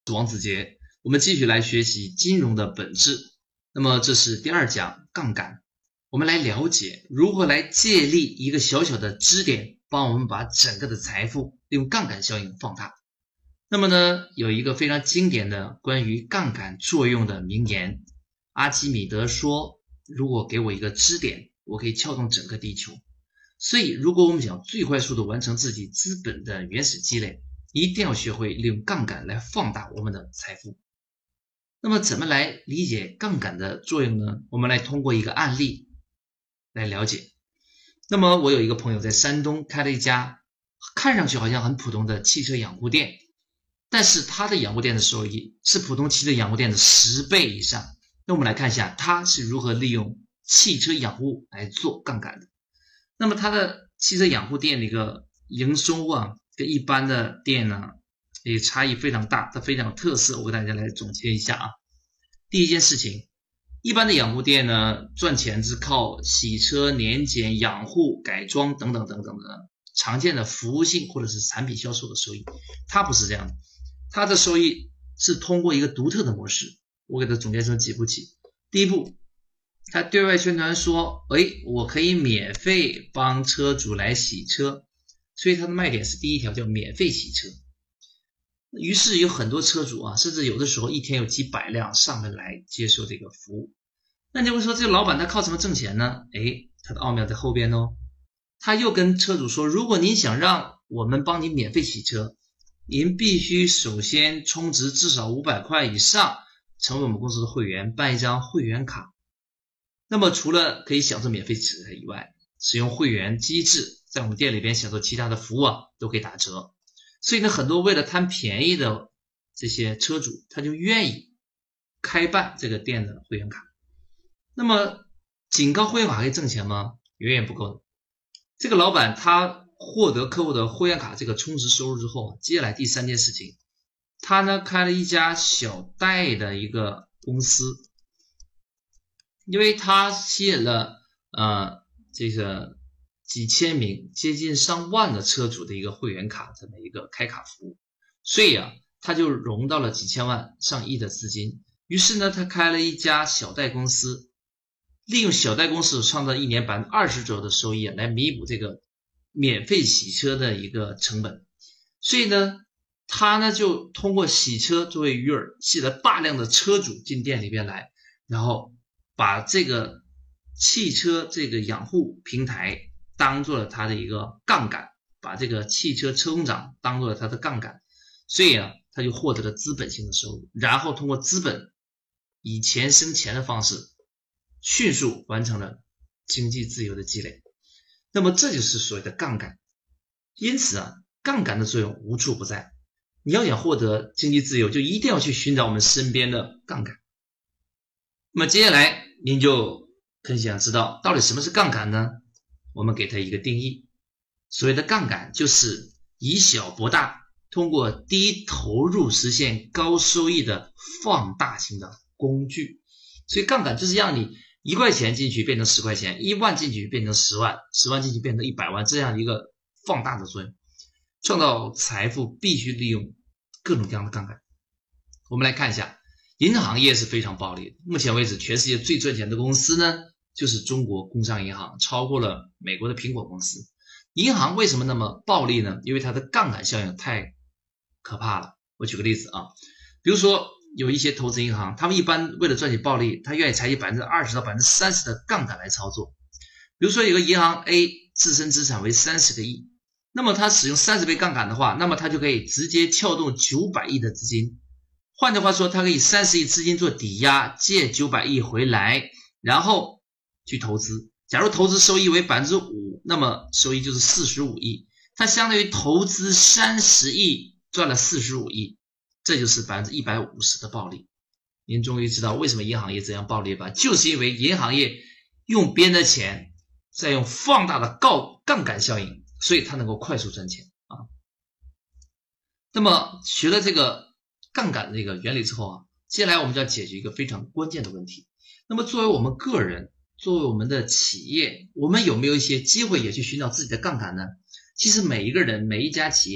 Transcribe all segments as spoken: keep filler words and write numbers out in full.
是王子杰，我们继续来学习金融的本质。那么这是第二讲杠杆，我们来了解如何来借力一个小小的支点，帮我们把整个的财富用杠杆效应放大。那么呢，有一个非常经典的关于杠杆作用的名言，阿基米德说，如果给我一个支点，我可以撬动整个地球。所以如果我们想最快速的完成自己资本的原始积累，一定要学会利用杠杆来放大我们的财富。那么怎么来理解杠杆的作用呢？我们来通过一个案例来了解。那么我有一个朋友在山东开了一家看上去好像很普通的汽车养护店，但是他的养护店的收益是普通汽车养护店的十倍以上。那我们来看一下他是如何利用汽车养护来做杠杆的。那么他的汽车养护店的一个营收啊，跟一般的店呢也差异非常大，它非常有特色，我给大家来总结一下啊。第一件事情，一般的养护店呢赚钱是靠洗车、年检、养护、改装等等等等的常见的服务性或者是产品销售的收益，它不是这样的，它的收益是通过一个独特的模式，我给它总结成几步棋。第一步，他对外宣传说，诶，我可以免费帮车主来洗车，所以他的卖点是第一条叫免费洗车。于是有很多车主啊，甚至有的时候一天有几百辆上门来接受这个服务。那你会说这个老板他靠什么挣钱呢？诶，他的奥妙在后边哦。他又跟车主说，如果您想让我们帮您免费洗车，您必须首先充值至少五百块以上，成为我们公司的会员，办一张会员卡。那么除了可以享受免费洗车以外，使用会员机制在我们店里边享受其他的服务啊，都可以打折。所以呢，很多为了贪便宜的这些车主，他就愿意开办这个店的会员卡。那么仅靠会员卡可以挣钱吗？远远不够的。这个老板他获得客户的会员卡这个充值收入之后，接下来第三件事情，他呢开了一家小贷的一个公司。因为他吸引了呃这个几千名接近上万的车主的一个会员卡这么一个开卡服务，所以啊他就融到了几千万上亿的资金。于是呢他开了一家小贷公司，利用小贷公司创造一年 百分之二十 左右的收益来弥补这个免费洗车的一个成本。所以呢他呢就通过洗车作为鱼饵，吸了大量的车主进店里边来，然后把这个汽车这个养护平台当做了他的一个杠杆，把这个汽车车工厂当做了他的杠杆，所以啊他就获得了资本性的收入，然后通过资本以钱生钱的方式迅速完成了经济自由的积累。那么这就是所谓的杠杆。因此啊杠杆的作用无处不在，你要想获得经济自由，就一定要去寻找我们身边的杠杆。那么接下来您就很想知道到底什么是杠杆呢？我们给它一个定义，所谓的杠杆就是以小博大，通过低投入实现高收益的放大型的工具。所以杠杆就是让你一块钱进去变成十块钱，一万进去变成十万，十万进去变成一百万，这样一个放大的作用。创造财富必须利用各种各样的杠杆。我们来看一下，银行业是非常暴利的。目前为止，全世界最赚钱的公司呢，就是中国工商银行，超过了美国的苹果公司。银行为什么那么暴利呢？因为它的杠杆效应太可怕了。我举个例子啊，比如说有一些投资银行，他们一般为了赚取暴利，他愿意采取 百分之二十 到 百分之三十 的杠杆来操作。比如说有个银行 A 自身资产为三十个亿，那么他使用三十倍杠杆的话，那么他就可以直接撬动九百亿的资金。换句话说，他可以三十亿资金做抵押，借九百亿回来，然后去投资。假如投资收益为 百分之五， 那么收益就是四十五亿，它相当于投资三十亿赚了四十五亿，这就是 百分之一百五十 的暴利。您终于知道为什么银行业这样暴利吧？就是因为银行业用别人的钱，再用放大的杠杆效应，所以它能够快速赚钱啊。那么学了这个杠杆这个原理之后啊，接下来我们就要解决一个非常关键的问题。那么作为我们个人，作为我们的企业，我们有没有一些机会也去寻找自己的杠杆呢？其实每一个人，每一家企业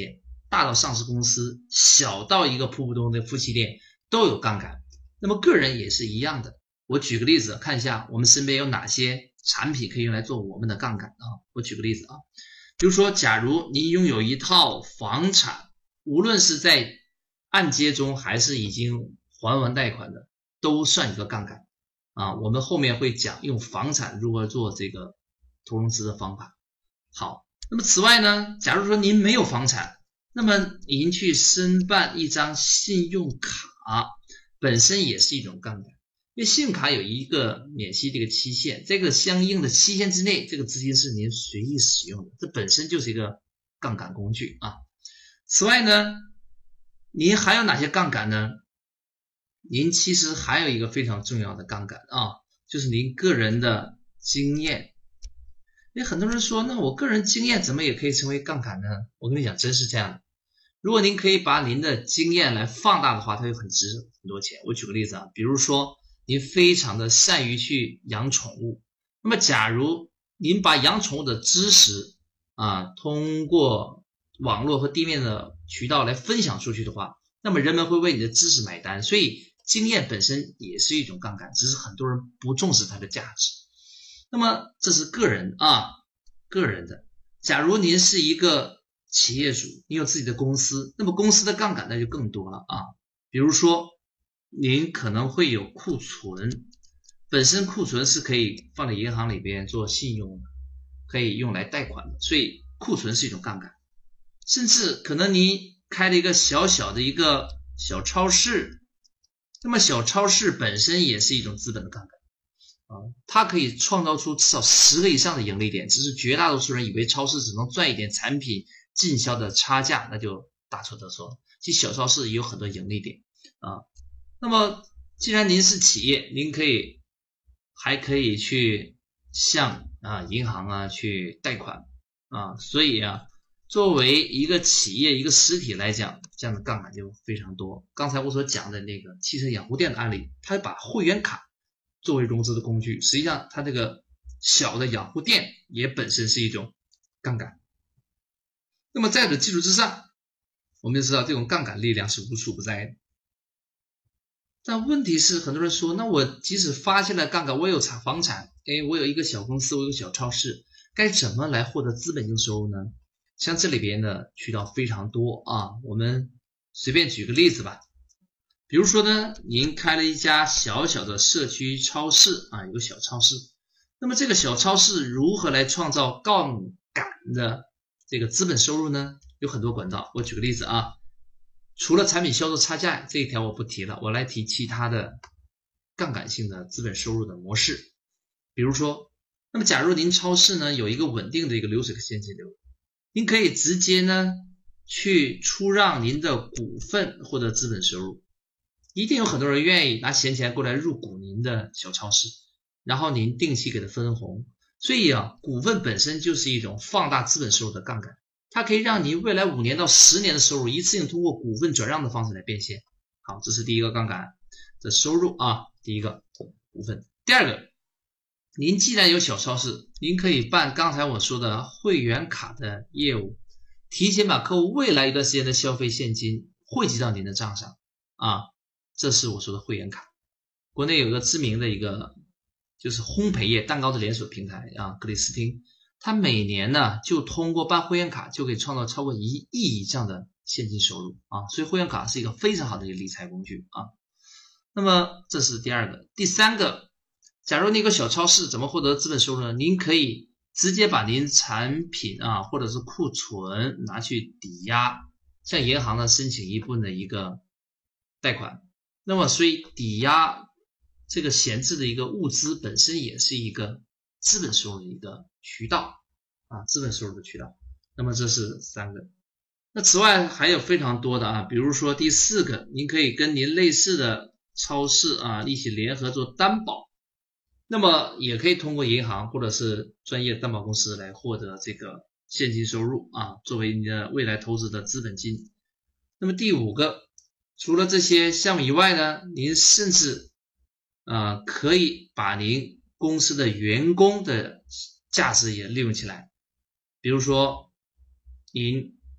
大到上市公司，小到一个普普通通的夫妻店都有杠杆。那么个人也是一样的。我举个例子，看一下我们身边有哪些产品可以用来做我们的杠杆啊。我举个例子啊，比如说，假如您拥有一套房产，无论是在按揭中还是已经还完贷款的，都算一个杠杆啊。我们后面会讲用房产如何做这个投融资的方法。好，那么此外呢，假如说您没有房产，那么您去申办一张信用卡，本身也是一种杠杆，因为信用卡有一个免息这个期限，这个相应的期限之内，这个资金是您随意使用的，这本身就是一个杠杆工具啊。此外呢，您还有哪些杠杆呢？您其实还有一个非常重要的杠杆啊，就是您个人的经验。因为很多人说，那我个人经验怎么也可以成为杠杆呢？我跟你讲，真是这样的。如果您可以把您的经验来放大的话，它就很值很多钱。我举个例子啊，比如说您非常的善于去养宠物，那么假如您把养宠物的知识啊，通过网络和地面的渠道来分享出去的话，那么人们会为你的知识买单。所以经验本身也是一种杠杆，只是很多人不重视它的价值。那么这是个人啊，个人的。假如您是一个企业主，你有自己的公司，那么公司的杠杆那就更多了啊。比如说您可能会有库存，本身库存是可以放在银行里边做信用的，可以用来贷款的，所以库存是一种杠杆。甚至可能你开了一个小小的一个小超市，那么小超市本身也是一种资本的杠杆啊，它可以创造出至少十个以上的盈利点，只是绝大多数人以为超市只能赚一点产品进销的差价，那就大错特错了。其实小超市也有很多盈利点啊。那么既然您是企业，您可以还可以去向啊银行啊去贷款啊，所以啊，作为一个企业一个实体来讲，这样的杠杆就非常多。刚才我所讲的那个汽车养护店的案例，它把会员卡作为融资的工具，实际上它这个小的养护店也本身是一种杠杆。那么在这基础之上，我们就知道这种杠杆力量是无处不在的。但问题是，很多人说，那我即使发现了杠杆，我有房产，诶，我有一个小公司，我有个小超市，该怎么来获得资本性收入呢？像这里边的渠道非常多啊，我们随便举个例子吧。比如说呢，您开了一家小小的社区超市啊，有个小超市。那么这个小超市如何来创造杠杆的这个资本收入呢？有很多管道。我举个例子啊，除了产品销售差价这一条我不提了，我来提其他的杠杆性的资本收入的模式。比如说，那么假如您超市呢有一个稳定的一个流水的现金流，您可以直接呢去出让您的股份获得资本收入。一定有很多人愿意拿闲钱过来入股您的小超市，然后您定期给他分红。所以啊，股份本身就是一种放大资本收入的杠杆，它可以让您未来五年到十年的收入一次性通过股份转让的方式来变现。好，这是第一个杠杆的收入啊，第一个股份。第二个，您既然有小超市，您可以办刚才我说的会员卡的业务，提前把客户未来一段时间的消费现金汇集到您的账上啊。这是我说的会员卡。国内有一个知名的一个就是烘焙业蛋糕的连锁平台啊，格里斯汀，它每年呢就通过办会员卡就可以创造超过一亿以上的现金收入啊，所以会员卡是一个非常好的一个理财工具啊。那么这是第二个。第三个，假如那个小超市怎么获得资本收入呢？您可以直接把您产品啊或者是库存拿去抵押，向银行呢申请一部分的一个贷款。那么所以抵押这个闲置的一个物资本身也是一个资本收入的一个渠道啊，资本收入的渠道。那么这是三个。那此外还有非常多的啊，比如说第四个，您可以跟您类似的超市啊一起联合做担保，那么也可以通过银行或者是专业担保公司来获得这个现金收入啊，作为你的未来投资的资本金。那么第五个，除了这些项目以外呢，您甚至呃可以把您公司的员工的价值也利用起来。比如说您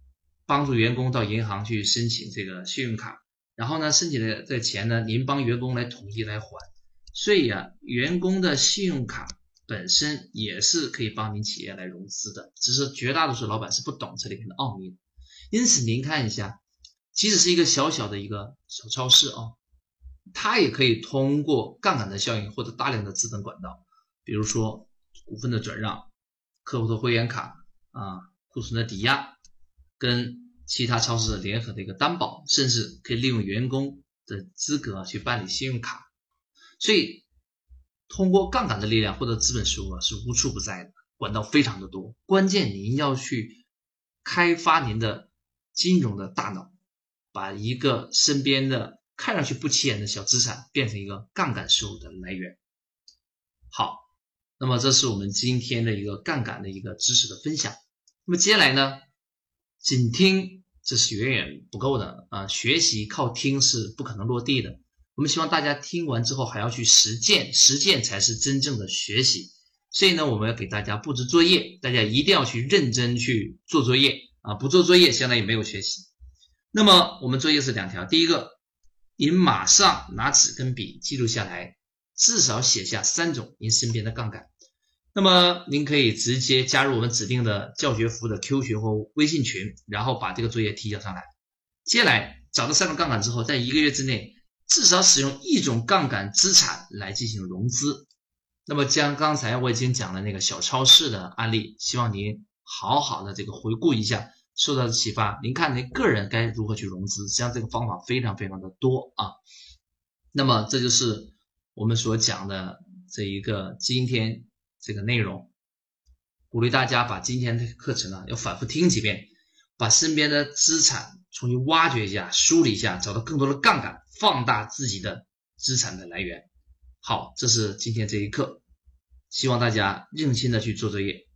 帮助员工到银行去申请这个信用卡，然后呢，申请的这个钱呢，您帮员工来统一来还。所以啊，员工的信用卡本身也是可以帮您企业来融资的，只是绝大多数老板是不懂这里面的奥秘的。因此您看一下，即使是一个小小的一个小超市啊，它也可以通过杠杆的效应获得大量的资本管道，比如说股份的转让、客户的会员卡啊、库存的抵押，跟其他超市的联合的一个担保，甚至可以利用员工的资格去办理信用卡。所以通过杠杆的力量获得资本收入啊，是无处不在的，管道非常的多。关键您要去开发您的金融的大脑，把一个身边的看上去不起眼的小资产变成一个杠杆收入的来源。好，那么这是我们今天的一个杠杆的一个知识的分享。那么接下来呢，仅听这是远远不够的啊，学习靠听是不可能落地的。我们希望大家听完之后还要去实践，实践才是真正的学习。所以呢，我们要给大家布置作业，大家一定要去认真去做作业啊，不做作业相当于没有学习。那么我们作业是两条，第一个，您马上拿纸跟笔记录下来，至少写下三种您身边的杠杆。那么您可以直接加入我们指定的教学服务的 Q 群或微信群，然后把这个作业提交上来。接下来找到三种杠杆之后，在一个月之内至少使用一种杠杆资产来进行融资。那么将刚才我已经讲了那个小超市的案例，希望您好好的这个回顾一下，受到的启发，您看您个人该如何去融资，实际上这个方法非常非常的多啊。那么这就是我们所讲的这一个今天这个内容，鼓励大家把今天的课程啊要反复听几遍，把身边的资产重新挖掘一下，梳理一下，找到更多的杠杆，放大自己的资产的来源。好，这是今天这一课，希望大家认真的去做作业。